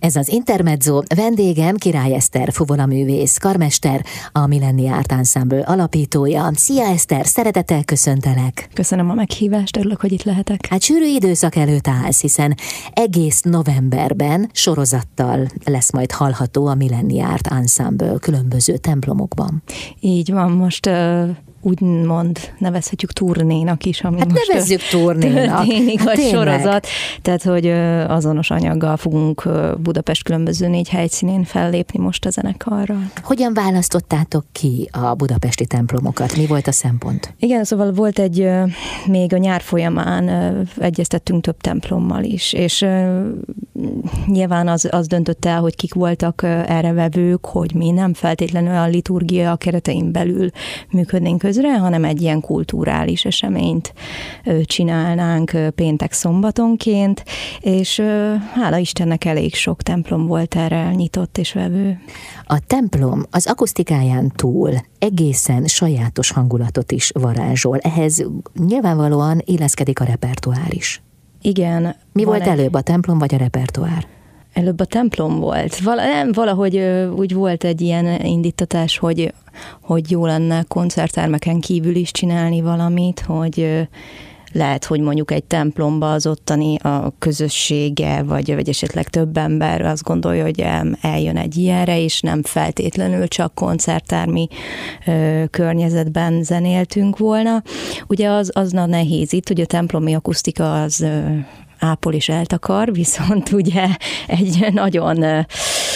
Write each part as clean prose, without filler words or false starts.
Ez az Intermezzo, vendégem Király Eszter, fuvolaművész, karmester, a Millennium Art Ensemble alapítója. Szia Eszter, szeretettel köszöntelek. Köszönöm a meghívást, örülök, hogy itt lehetek. Hát sűrű időszak előtt állsz, hiszen egész novemberben sorozattal lesz majd hallható a Millennium Art Ensemble különböző templomokban. Így van, most úgymond nevezhetjük turnénak is, ami most nevezzük turnénak. Történik a sorozat. Tehát, hogy azonos anyaggal fogunk Budapest különböző 4 helyszínén fellépni most a zenekarral. Hogyan választottátok ki a budapesti templomokat? Mi volt a szempont? Igen, szóval volt még a nyár folyamán egyeztettünk több templommal is, és nyilván az döntött el, hogy kik voltak erre vevők, hogy mi nem feltétlenül a liturgia keretein belül működnénk közre, hanem egy ilyen kulturális eseményt csinálnánk péntek-szombatonként, és hála Istennek elég sok templom volt erre nyitott és vevő. A templom az akusztikáján túl egészen sajátos hangulatot is varázsol. Ehhez nyilvánvalóan illeszkedik a repertoár is. Igen. Mi volt előbb, a templom vagy a repertoár? Előbb a templom volt. Valahogy úgy volt egy ilyen indítatás, hogy jó lenne koncerttermeken kívül is csinálni valamit, hogy lehet, hogy mondjuk egy templomba az ottani a közössége, vagy esetleg több ember azt gondolja, hogy eljön egy ilyenre, és nem feltétlenül csak koncerttermi környezetben zenéltünk volna. Ugye az nehéz itt, hogy a templomi akusztika az ápol és eltakar, viszont ugye egy nagyon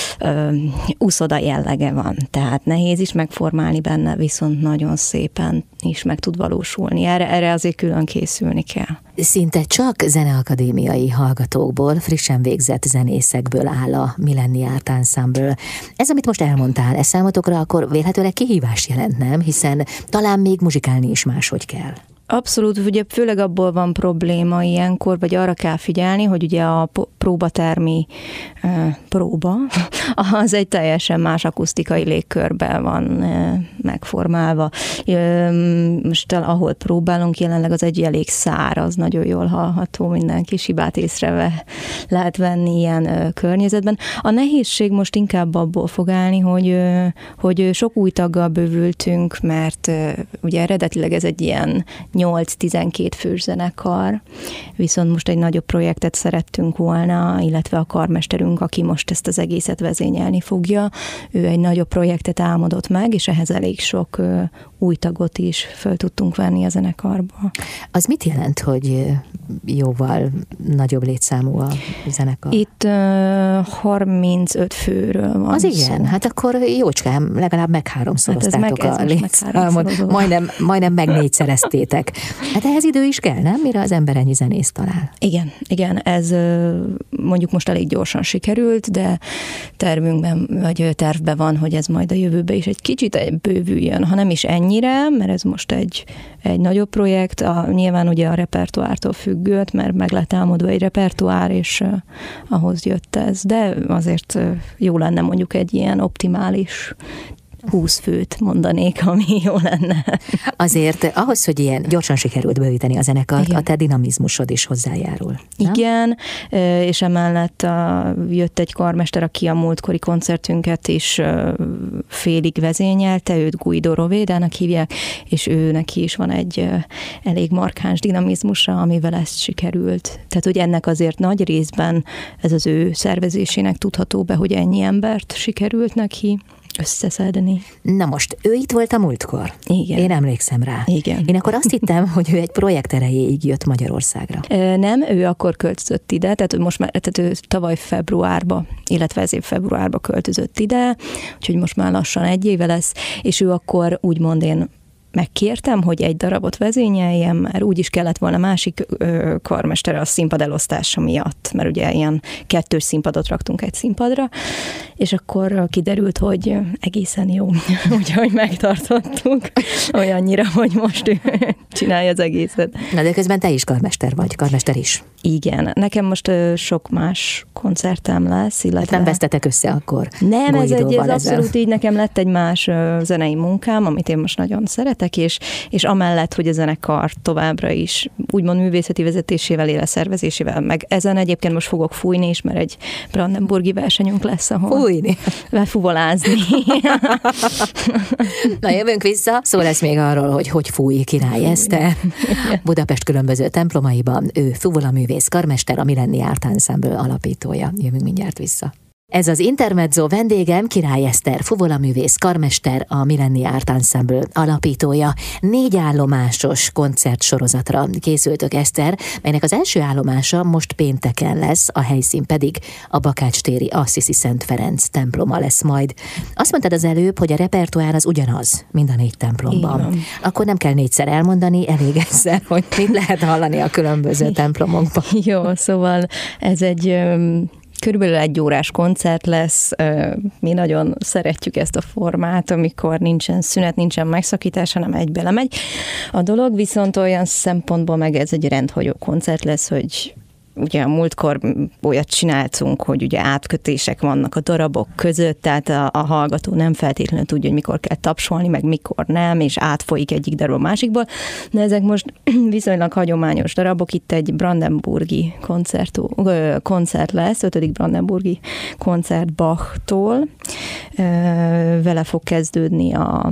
úszoda jellege van. Tehát nehéz is megformálni benne, viszont nagyon szépen is meg tud valósulni. Erre azért külön készülni kell. Szinte csak zeneakadémiai hallgatókból, frissen végzett zenészekből áll a Millennium Art Ensemble. Ez, amit most elmondtál, ez számotokra akkor vélhetőleg kihívás jelent, nem? Hiszen talán még muzsikálni is máshogy kell. Abszolút, ugye főleg abból van probléma ilyenkor, vagy arra kell figyelni, hogy ugye a próbatermi próba, az egy teljesen más akusztikai légkörben van megformálva. Most ahol próbálunk, jelenleg az egy elég száraz, nagyon jól hallható, minden kis hibát észreve lehet venni ilyen környezetben. A nehézség most inkább abból fog állni, hogy sok új taggal bővültünk, mert ugye eredetileg ez egy ilyen 8-12 fős zenekar, viszont most egy nagyobb projektet szerettünk volna, illetve a karmesterünk, aki most ezt az egészet vezényelni fogja, ő egy nagyobb projektet álmodott meg, és ehhez elég sok új tagot is föl tudtunk venni a zenekarba. Az mit jelent, hogy jóval nagyobb létszámú a zenekar? Itt 35 főről van az szó. Igen, hát akkor jócskán, legalább megháromszoroztátok a létszámot. Majdnem megnégyszereztétek. Hát ehhez idő is kell, nem? Mire az ember ennyi zenészt talál? Igen, ez mondjuk most elég gyorsan sikerült, de tervben van, hogy ez majd a jövőben is egy kicsit bővüljön, ha nem is ennyire, mert ez most egy nagyobb projekt, nyilván ugye a repertoártól függött, mert meg lett álmodva egy repertoár, és ahhoz jött ez, de azért jó lenne mondjuk egy ilyen optimális 20 főt mondanék, ami jó lenne. Azért ahhoz, hogy ilyen gyorsan sikerült bővíteni a zenekart, igen, a te dinamizmusod is hozzájárul. Nem? Igen, és emellett jött egy karmester, aki a múltkori koncertünket is félig vezényelte, őt Guido Rovédának hívják, és ő neki is van egy elég markáns dinamizmusa, amivel ezt sikerült. Tehát, hogy ennek azért nagy részben ez az ő szervezésének tudható be, hogy ennyi embert sikerült neki összeszedni. Na most, ő itt volt a múltkor. Igen. Én emlékszem rá. Igen. Én akkor azt hittem, hogy ő egy projekt erejéig jött Magyarországra. Nem, ő akkor költözött ide, tehát ő tavaly februárba, illetve ez év februárba költözött ide, úgyhogy most már lassan 1 éve lesz, és ő akkor úgymond én megkértem, hogy egy darabot vezényeljem, mert úgy is kellett volna másik karmestere a színpad elosztása miatt, mert ugye ilyen 2 színpadot raktunk egy színpadra, és akkor kiderült, hogy egészen jó, úgyhogy megtartottuk olyannyira, hogy most ő csinálja az egészet. Na de közben te is karmester vagy, karmester is. Igen, nekem most sok más koncertem lesz, illetve... Nem vesztetek össze akkor? Nem, ez abszolút így, nekem lett egy más zenei munkám, amit én most nagyon szeretek, leszek, és amellett, hogy a zenekar továbbra is úgymond művészeti vezetésével, éleszervezésével, meg ezen egyébként most fogok fújni is, mert egy brandenburgi versenyünk lesz, ahol fújni. Befuvolázni. Na, jövünk vissza. Szó lesz még arról, hogy fúj Király Eszter. Budapest különböző templomaiban. Ő fuvolaművész, karmester, a Millenni Art Ensemble alapítója. Jövünk mindjárt vissza. Ez az Intermezzo, vendégem Király Eszter, fuvolaművész, karmester, a Millenni Art Ensemble alapítója. 4 állomásos koncertsorozatra készültök, Eszter, melynek az első állomása most pénteken lesz, a helyszín pedig a Bakács-téri Assisi Szent Ferenc temploma lesz majd. Azt mondtad az előbb, hogy a repertoár az ugyanaz mind a 4 templomban. Igen. Akkor nem kell 4-szer elmondani, elég egyszer, hogy mit lehet hallani a különböző templomokban. Jó, szóval ez egy körülbelül 1 órás koncert lesz. Mi nagyon szeretjük ezt a formát, amikor nincsen szünet, nincsen megszakítás, hanem egybe lemegy a dolog, viszont olyan szempontból meg ez egy rendhagyó koncert lesz, hogy ugye a múltkor olyat csináltunk, hogy ugye átkötések vannak a darabok között, tehát a hallgató nem feltétlenül tudja, hogy mikor kell tapsolni, meg mikor nem, és átfolyik egyik darab a másikból, de ezek most viszonylag hagyományos darabok. Itt egy brandenburgi koncert lesz, 5. brandenburgi koncert Bachtól. Vele fog kezdődni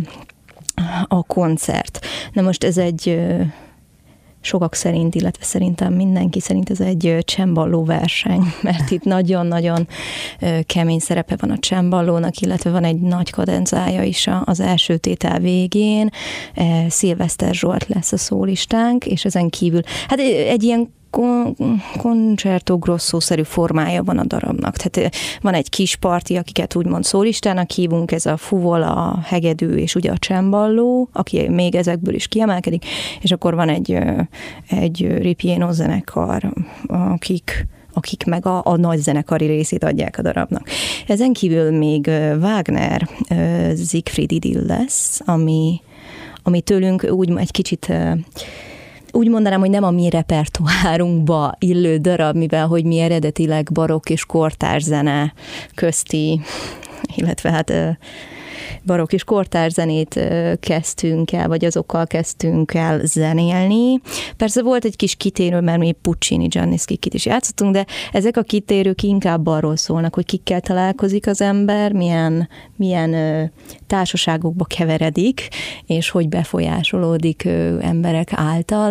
a koncert. Na most ez egy sokak szerint, illetve szerintem mindenki szerint ez egy cemballó verseny, mert itt nagyon-nagyon kemény szerepe van a cemballónak, illetve van egy nagy kadencája is az első tétel végén. Szilveszter Zsolt lesz a szólistánk, és ezen kívül, hát egy ilyen concerto grosso-szerű formája van a darabnak. Tehát van egy kis parti, akiket úgymond szólistának hívunk, ez a fuvola, a hegedű és ugye a cemballó, aki még ezekből is kiemelkedik, és akkor van egy ripieno zenekar, akik meg a nagy zenekari részét adják a darabnak. Ezen kívül még Wagner Siegfried Idyll lesz, ami tőlünk úgy egy kicsit úgy mondanám, hogy nem a mi repertoárunkba illő darab, mivel hogy mi eredetileg barokk és kortárs zene közti, illetve hát barokk és kortárs zenét kezdtünk el, vagy azokkal kezdtünk el zenélni. Persze volt egy kis kitérő, mert mi Puccini, Giannischit is játszottunk, de ezek a kitérők inkább arról szólnak, hogy kikkel találkozik az ember, milyen társaságokba keveredik, és hogy befolyásolódik emberek által,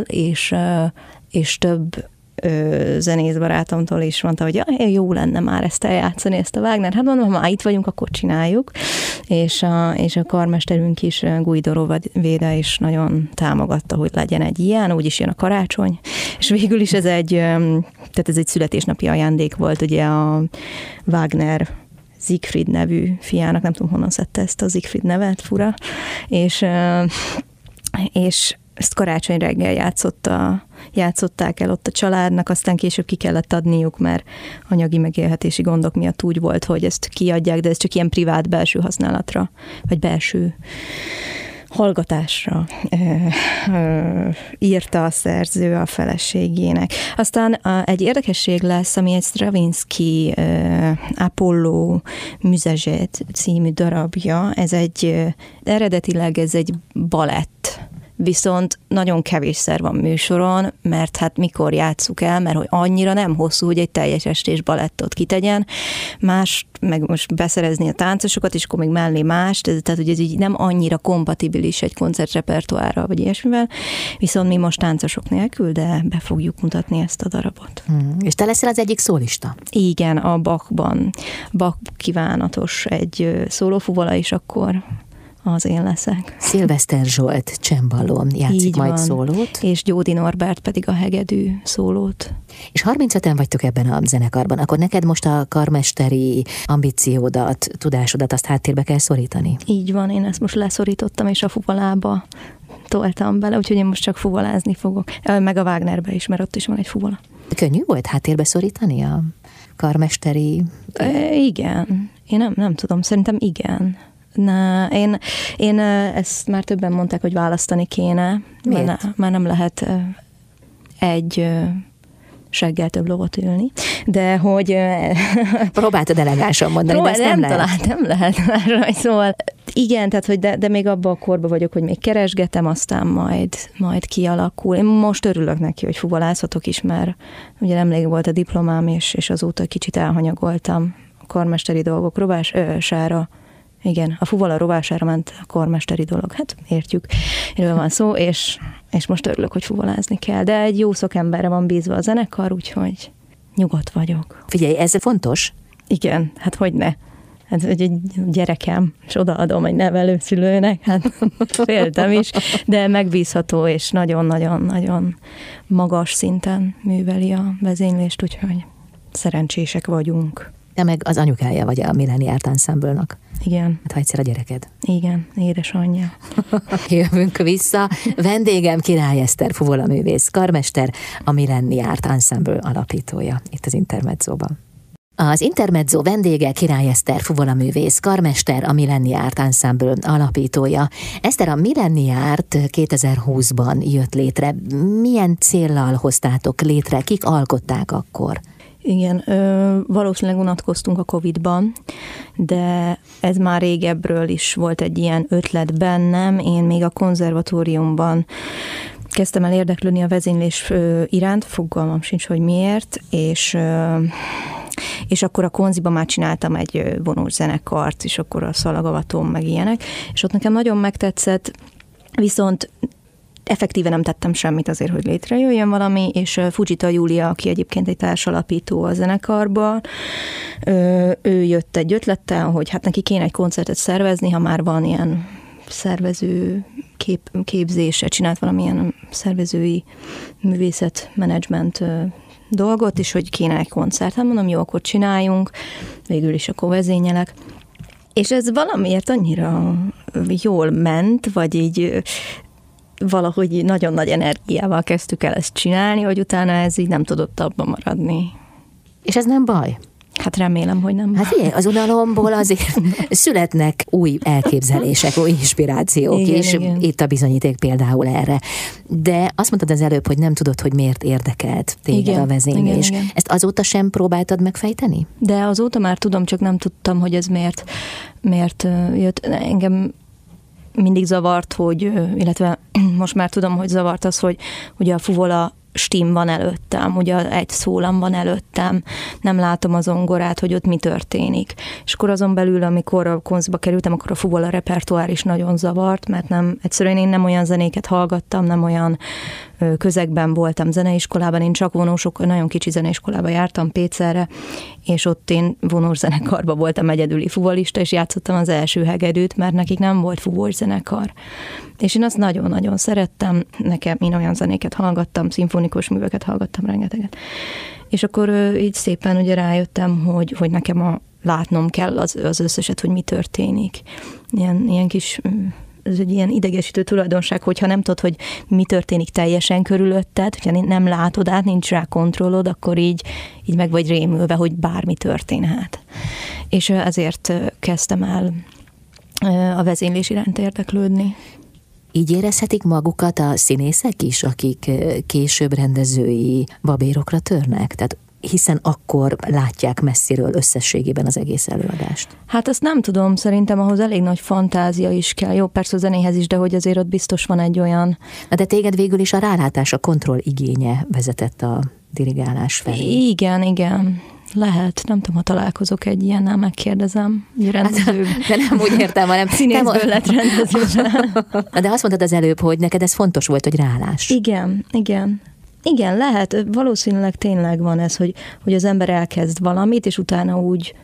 és több zenész barátomtól is mondta, hogy jó lenne már ezt eljátszani, ezt a Wagner. Hát mondom, ha már itt vagyunk, akkor csináljuk. És a karmesterünk is, Guido Roveda is nagyon támogatta, hogy legyen egy ilyen, úgyis jön a karácsony. És végül is ez egy születésnapi ajándék volt, ugye a Wagner Siegfried nevű fiának, nem tudom, honnan szedte ezt a Siegfried nevet, fura. És ezt karácsony reggel játszották el ott a családnak, aztán később ki kellett adniuk, mert anyagi megélhetési gondok miatt úgy volt, hogy ezt kiadják, de ez csak ilyen privát belső használatra, vagy belső hallgatásra írta a szerző a feleségének. Aztán egy érdekesség lesz, ami egy Stravinsky Apollo Müzezset című darabja. Eredetileg ez egy balett, viszont nagyon kevésszer van műsoron, mert hát mikor játsszuk el, mert hogy annyira nem hosszú, hogy egy teljes estés balettot kitegyen, más, meg most beszerezni a táncosokat, és akkor még mellé más, tehát hogy ez így nem annyira kompatibilis egy koncertrepertoárral, vagy ilyesmivel, viszont mi most táncosok nélkül, de be fogjuk mutatni ezt a darabot. És te leszel az egyik szólista? Igen, a Bachban. Bach kívánatos egy szólófuvola, és akkor az én leszek. Szilveszter Zsolt cemballón játszik majd szólót. És Gyódi Norbert pedig a hegedű szólót. És 35-en vagytok ebben a zenekarban, akkor neked most a karmesteri ambíciódat, tudásodat azt háttérbe kell szorítani? Így van, én ezt most leszorítottam, és a fuvolába toltam bele, úgyhogy én most csak fuvolázni fogok. Meg a Wagnerbe is, mert ott is van egy fuvola. Könnyű volt háttérbe szorítani a karmesteri? Igen. Én nem tudom, szerintem igen. Én ezt már többen mondták, hogy választani kéne. Miért? Már nem lehet egy seggel több lovat ülni, de hogy... Próbáltad elegánsan mondani, de ezt nem lehet. Nem lehet másra, szóval igen, tehát hogy de még abban a korban vagyok, hogy még keresgetem, aztán majd kialakul. Én most örülök neki, hogy fuvolázhatok is, mert ugye nemrég volt a diplomám, és azóta kicsit elhanyagoltam a karmesteri dolgok rovására. Igen, a fuvola rovására ment a karmesteri dolog. Hát értjük, erről van szó, és most örülök, hogy fuvolázni kell. De egy jó szakemberre van bízva a zenekar, úgyhogy nyugodt vagyok. Figyelj, ez fontos? Igen, hát hogyne. Hát egy gyerekem, és odaadom egy nevelőszülőnek, hát féltem is, de megbízható, és nagyon-nagyon-nagyon magas szinten műveli a vezénylést, úgyhogy szerencsések vagyunk. Te meg az anyukája vagy a Millennium Art Ensemble-nak. Igen. Hát ha egyszer a gyereked. Igen, édesanyja. Jövünk vissza. Vendégem Király Eszter, fuvolaművész, karmester, a Millennium Art Ensemble alapítója itt az Intermezzóban. Az Intermezzo vendége Király Eszter, fuvolaművész, karmester, a Millennium Art Ensemble alapítója. Eszter, a Millennium Art 2020-ban jött létre. Milyen céllal hoztátok létre? Kik alkották akkor? Igen, valószínűleg unatkoztunk a Covid-ban, de ez már régebbről is volt egy ilyen ötlet bennem. Én még a konzervatóriumban kezdtem el érdeklődni a vezénylés iránt, fogalmam sincs, hogy miért, és akkor a konziban már csináltam egy vonós zenekart, és akkor a szalagavatom, meg ilyenek, és ott nekem nagyon megtetszett, viszont effektíven nem tettem semmit azért, hogy létrejöjjön valami, és Fujita Júlia, aki egyébként egy társalapító a zenekarban, ő jött egy ötlettel, hogy hát neki kéne egy koncertet szervezni, ha már van ilyen szervező képzése, csinált valamilyen szervezői művészetmenedzsment dolgot, és hogy kéne egy koncert. Hát mondom, jó, akkor csináljunk, végül is akkor vezényelek. És ez valamiért annyira jól ment, vagy így valahogy nagyon nagy energiával kezdtük el ezt csinálni, hogy utána ez így nem tudott abban maradni. És ez nem baj? Hát remélem, hogy nem. Hát igen, az unalomból azért születnek új elképzelések, új inspirációk, igen, és igen. Itt a bizonyíték például erre. De azt mondtad az előbb, hogy nem tudod, hogy miért érdekelt téged a vezénylés. Igen. Ezt azóta sem próbáltad megfejteni? De azóta már tudom, csak nem tudtam, hogy ez miért jött. Engem mindig zavart, illetve most már tudom, hogy zavart az, hogy ugye a fuvola stim van előttem, ugye egy szólam van előttem, nem látom az zongorát, hogy ott mi történik. És akkor azon belül, amikor a konzba kerültem, akkor a fuvola repertoár is nagyon zavart, mert egyszerűen én nem olyan zenéket hallgattam, nem olyan közegben voltam zeneiskolában, én csak vonósok, nagyon kicsi zeneiskolában jártam Pécelre, és ott én vonós zenekarban voltam egyedüli fuvolista, és játszottam az első hegedűt, mert nekik nem volt fuvós zenekar. És én azt nagyon-nagyon szerettem, én olyan zenéket hallgattam, szimfonikus műveket hallgattam rengeteget. És akkor így szépen ugye rájöttem, hogy nekem látnom kell az összeset, hogy mi történik. Ilyen kis... Ez egy ilyen idegesítő tulajdonság, hogyha nem tudod, hogy mi történik teljesen körülötted, hogyha nem látod át, nincs rá kontrollod, akkor így meg vagy rémülve, hogy bármi történhet. És ezért kezdtem el a vezénylés iránt érdeklődni. Így érezhetik magukat a színészek is, akik később rendezői babérokra törnek? Tehát hiszen akkor látják messziről összességében az egész előadást. Hát azt nem tudom, szerintem ahhoz elég nagy fantázia is kell. Jó, persze a zenéhez is, de hogy azért ott biztos van egy olyan... Na de téged végül is a rálátás, a kontroll igénye vezetett a dirigálás felé. Igen. Lehet, nem tudom, ha találkozok egy ilyennel, megkérdezem. Rendező. Hát, de nem úgy értem, hanem... Színészből lett rendező. De azt mondtad az előbb, hogy neked ez fontos volt, hogy rálás. Igen, lehet. Valószínűleg tényleg van ez, hogy az ember elkezd valamit, és utána úgy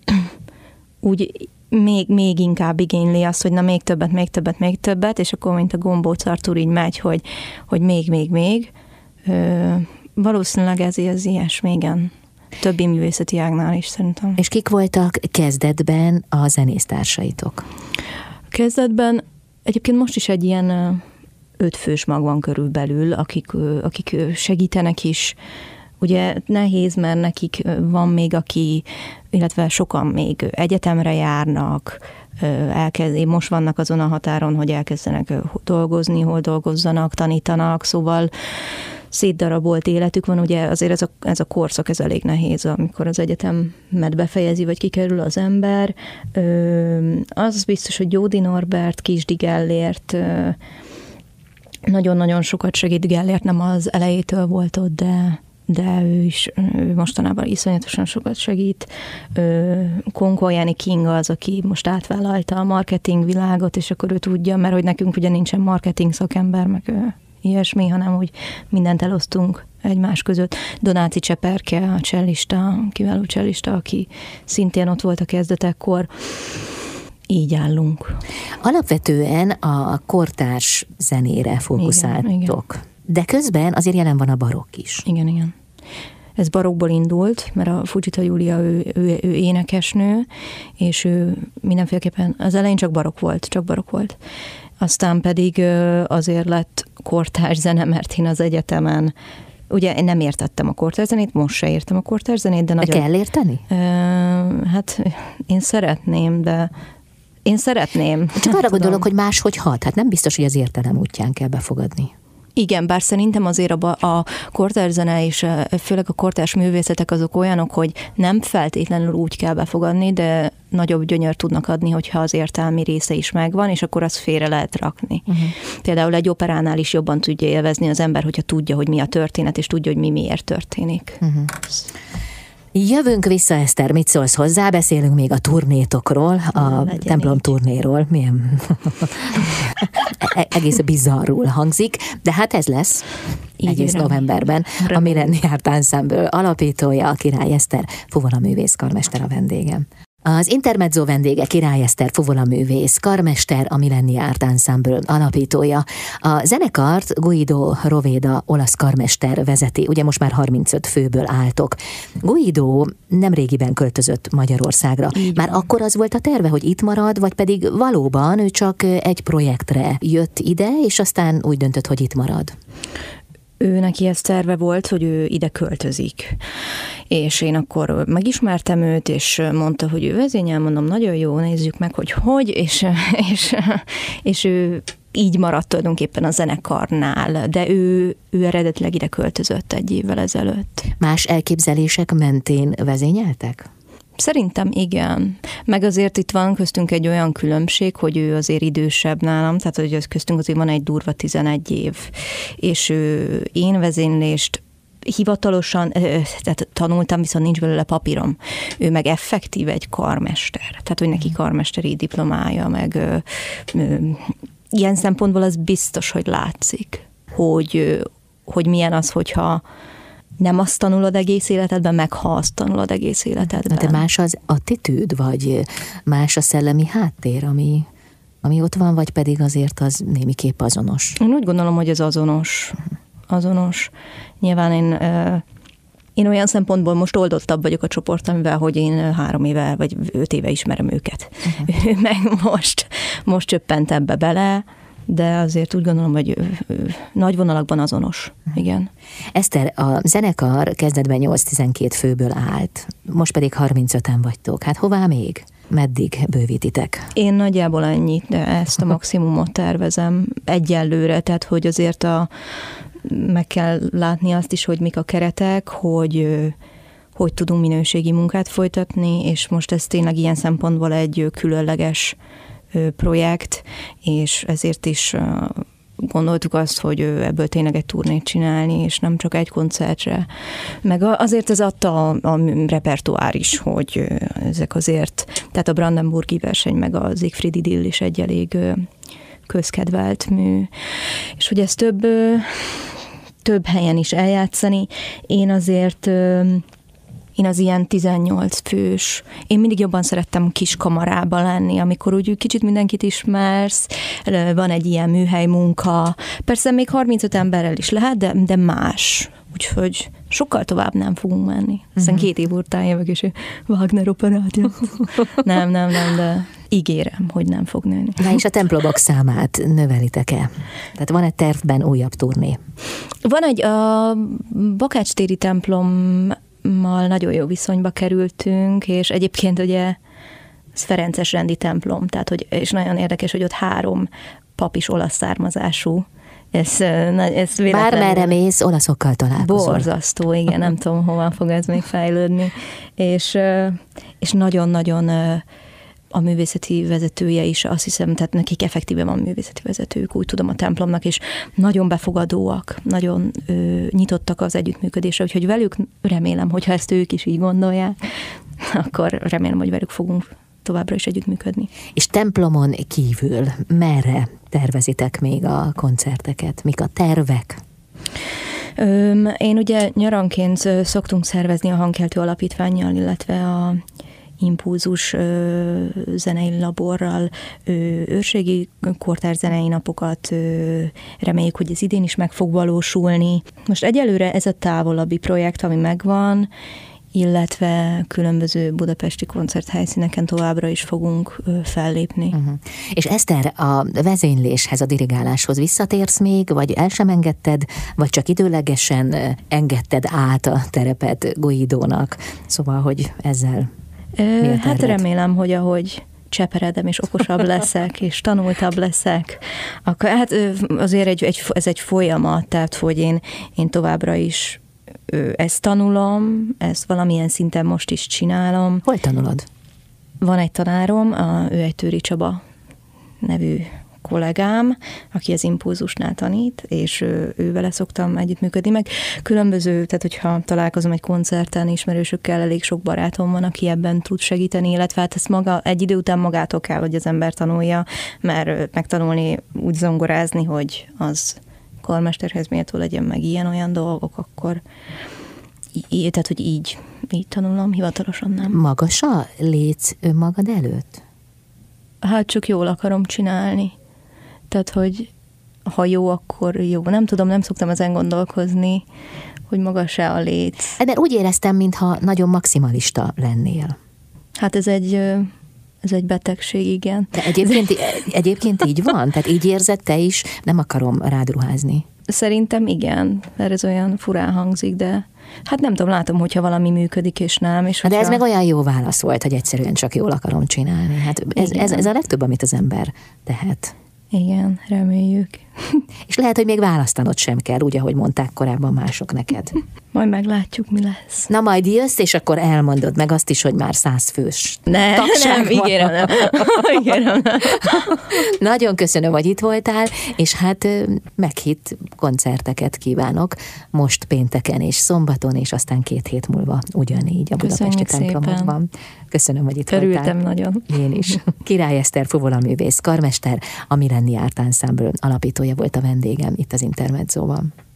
még inkább igényli azt, hogy na még többet, és akkor mint a Gombóc Artúr így megy, hogy még. Valószínűleg ez ilyesmi, igen. Többi művészeti ágnál is szerintem. És kik voltak kezdetben a zenésztársaitok? Kezdetben egyébként most is egy ilyen 5 fős mag van körülbelül, akik segítenek is. Ugye nehéz, mert nekik van még illetve sokan még egyetemre járnak, most vannak azon a határon, hogy elkezdenek dolgozni, hol dolgozzanak, tanítanak, szóval szétdarabolt életük van, ugye azért ez a korszak, ez elég nehéz, amikor az egyetemet befejezi, vagy kikerül az ember. Az biztos, hogy Gyódi Norbert, Kisdi Gellért, nagyon-nagyon sokat segít. Gellért nem az elejétől volt ott, de ő mostanában iszonyatosan sokat segít. Konkolyáni Kinga az, aki most átvállalta a marketing világot, és akkor ő tudja, mert hogy nekünk ugye nincsen marketing szakember, meg ilyesmi, hanem úgy mindent elosztunk egymás között. Donáci Cseperke, a csellista, kiváló csellista, aki szintén ott volt a kezdetekkor. Így állunk. Alapvetően a kortárs zenére fókuszáltok. Igen. De közben azért jelen van a barokk is. Igen. Ez barokkból indult, mert a Fujita Júlia, ő énekesnő, és ő mindenféleképpen az elején csak barokk volt. Aztán pedig azért lett kortárs zene, mert én az egyetemen, ugye én nem értettem a kortárs zenét, most se értem a kortárs zenét, de nagyon... De kell érteni? Hát én szeretném, de én szeretném. Csak arra gondolok, hogy máshogy hat. Hát nem biztos, hogy az értelem útján kell befogadni. Igen, bár szerintem azért a kortárs zene és főleg a kortárs művészetek azok olyanok, hogy nem feltétlenül úgy kell befogadni, de nagyobb gyönyör tudnak adni, hogyha az értelmi része is megvan, és akkor azt félre lehet rakni. Például egy operánál is jobban tudja élvezni az ember, hogyha tudja, hogy mi a történet, és tudja, hogy mi miért történik. Jövünk vissza, Eszter, mit szólsz hozzá? Beszélünk még a turnétokról, a templom turnéról. Milyen egész bizarrul hangzik, de hát ez lesz egész novemberben. A Millenniárt Ensemble alapítója, a Király Eszter fuvolaművész karmester a vendégem. Az Intermezzo vendége Király Eszter fuvolaművész, karmester, a Millenniárt Ensemble alapítója. A zenekart Guido Roveda olasz karmester vezeti, ugye most már 35 főből álltok. Guido nemrégiben költözött Magyarországra. Már akkor az volt a terve, hogy itt marad, vagy pedig valóban ő csak egy projektre jött ide, és aztán úgy döntött, hogy itt marad? Ő neki ez terve volt, hogy ő ide költözik. És én akkor megismertem őt, és mondta, hogy ő vezényel, mondom, nagyon jó, nézzük meg, hogy, és ő így maradt tulajdonképpen a zenekarnál, de ő eredetileg ide költözött 1 évvel ezelőtt. Más elképzelések mentén vezényeltek? Szerintem igen. Meg azért itt van köztünk egy olyan különbség, hogy ő azért idősebb nálam, tehát hogy köztünk azért van egy durva 11 év, és én vezénylést hivatalosan, tehát tanultam, viszont nincs belőle papírom. Ő meg effektív egy karmester, tehát hogy neki karmesteri diplomája, meg ilyen szempontból az biztos, hogy látszik, hogy milyen az, hogyha nem azt tanulod egész életedben, meg ha azt tanulod egész életedben. De más az attitűd, vagy más a szellemi háttér, ami ott van, vagy pedig azért az némiképp azonos? Én úgy gondolom, hogy ez azonos. Nyilván én olyan szempontból most oldottabb vagyok a csoportommal, hogy én 3 éve vagy 5 éve ismerem őket. Meg most csöppent ebbe bele, de azért úgy gondolom, hogy nagy vonalakban azonos. Igen. Eszter, a zenekar kezdetben 8-12 főből állt, most pedig 35-en vagytok. Hát hová még? Meddig bővítitek? Én nagyjából ennyit, de ezt a maximumot tervezem egyelőre, tehát hogy azért meg kell látni azt is, hogy mik a keretek, hogy tudunk minőségi munkát folytatni, és most ez tényleg ilyen szempontból egy különleges projekt, és ezért is gondoltuk azt, hogy ebből tényleg egy turnét csinálni, és nem csak egy koncertre. Meg azért ez adta a repertoár is, hogy ezek azért, tehát a Brandenburgi verseny, meg a Siegfried Idyll is egy elég közkedvelt mű. És hogy ezt több helyen is eljátszani, én az ilyen 18 fős. Én mindig jobban szerettem kis kamarában lenni, amikor úgy kicsit mindenkit ismersz, van egy ilyen műhely munka. Persze még 35 emberrel is lehet, de más. Úgyhogy sokkal tovább nem fogunk menni. Hiszen 2 év után jövök, és Wagner operát Nem, de ígérem, hogy nem fog nőni. Na és a templomok számát növelitek-e? Tehát van-e tervben újabb turné? Van a Bakács-téri templommal nagyon jó viszonyba kerültünk, és egyébként ugye ez ferences rendi templom, tehát és nagyon érdekes, hogy ott 3 pap is olasz származású, Ez véletlenül... Bármerre mész, olaszokkal találkozol. Borzasztó, igen, nem tudom, hova fog ez még fejlődni. És nagyon-nagyon a művészeti vezetője is, azt hiszem, tehát nekik effektíven van művészeti vezetők, úgy tudom, a templomnak, és nagyon befogadóak, nagyon nyitottak az együttműködésre, úgyhogy velük remélem, hogyha ezt ők is így gondolják, akkor remélem, hogy velük fogunk továbbra is együttműködni. És templomon kívül merre tervezitek még a koncerteket? Mik a tervek? Én ugye nyaranként szoktunk szervezni a Hangkeltő Alapítvánnyal, illetve a Impulzus zenei laborral őrségi kortárs zenei napokat, reméljük, hogy ez idén is meg fog valósulni. Most egyelőre ez a távolabbi projekt, ami megvan, illetve különböző budapesti koncerthelyszíneken továbbra is fogunk fellépni. Uh-huh. És Eszter, a vezényléshez, a dirigáláshoz visszatérsz még, vagy el sem engedted, vagy csak időlegesen engedted át a terepet Guidónak? Szóval, hogy ezzel hát remélem, hogy ahogy cseperedem, és okosabb leszek, és tanultabb leszek, akkor hát azért ez egy folyamat, tehát hogy én továbbra is ezt tanulom, ezt valamilyen szinten most is csinálom. Hol tanulod? Van egy tanárom, ő egy Tőri Csaba nevű kollégám, aki az Impulzusnál tanít, és ővele szoktam együttműködni, meg különböző, tehát hogyha találkozom egy koncerten ismerősökkel, elég sok barátom van, aki ebben tud segíteni, illetve hát ezt egy idő után magától kell, hogy az ember tanulja, mert megtanulni úgy zongorázni, hogy az karmesterhez méltó legyen, meg ilyen-olyan dolgok, akkor tehát, hogy így tanulom, hivatalosan nem. Magas a léc önmagad előtt? Hát csak jól akarom csinálni. Tehát, hogy ha jó, akkor jó. Nem tudom, nem szoktam ezen gondolkozni, hogy magas-e a léc. De úgy éreztem, mintha nagyon maximalista lennél. Hát ez egy betegség, igen. De egyébként így van? Tehát így érzed te is? Nem akarom rád ruházni. Szerintem igen, mert ez olyan furán hangzik, de hát nem tudom, látom, hogyha valami működik, és nem. És de ez meg olyan jó válasz volt, hogy egyszerűen csak jól akarom csinálni. Hát ez a legtöbb, amit az ember tehet. Igen, reméljük. És lehet, hogy még választanod sem kell, úgy, ahogy mondták korábban mások neked. Majd meglátjuk, mi lesz. Na majd jössz, és akkor elmondod meg azt is, hogy már 100 fős nem, ígérem, nem. Ígérem, nem. Nagyon köszönöm, hogy itt voltál, és hát meghitt koncerteket kívánok most pénteken és szombaton, és aztán 2 hét múlva ugyanígy a budapesti templomokban. Köszönöm, hogy itt voltál. Örültem nagyon. Én is. Király Eszter fuvolaművész, karmester, a Millenni Art Ensemble alapítója volt a vendégem itt az Intermedzóban.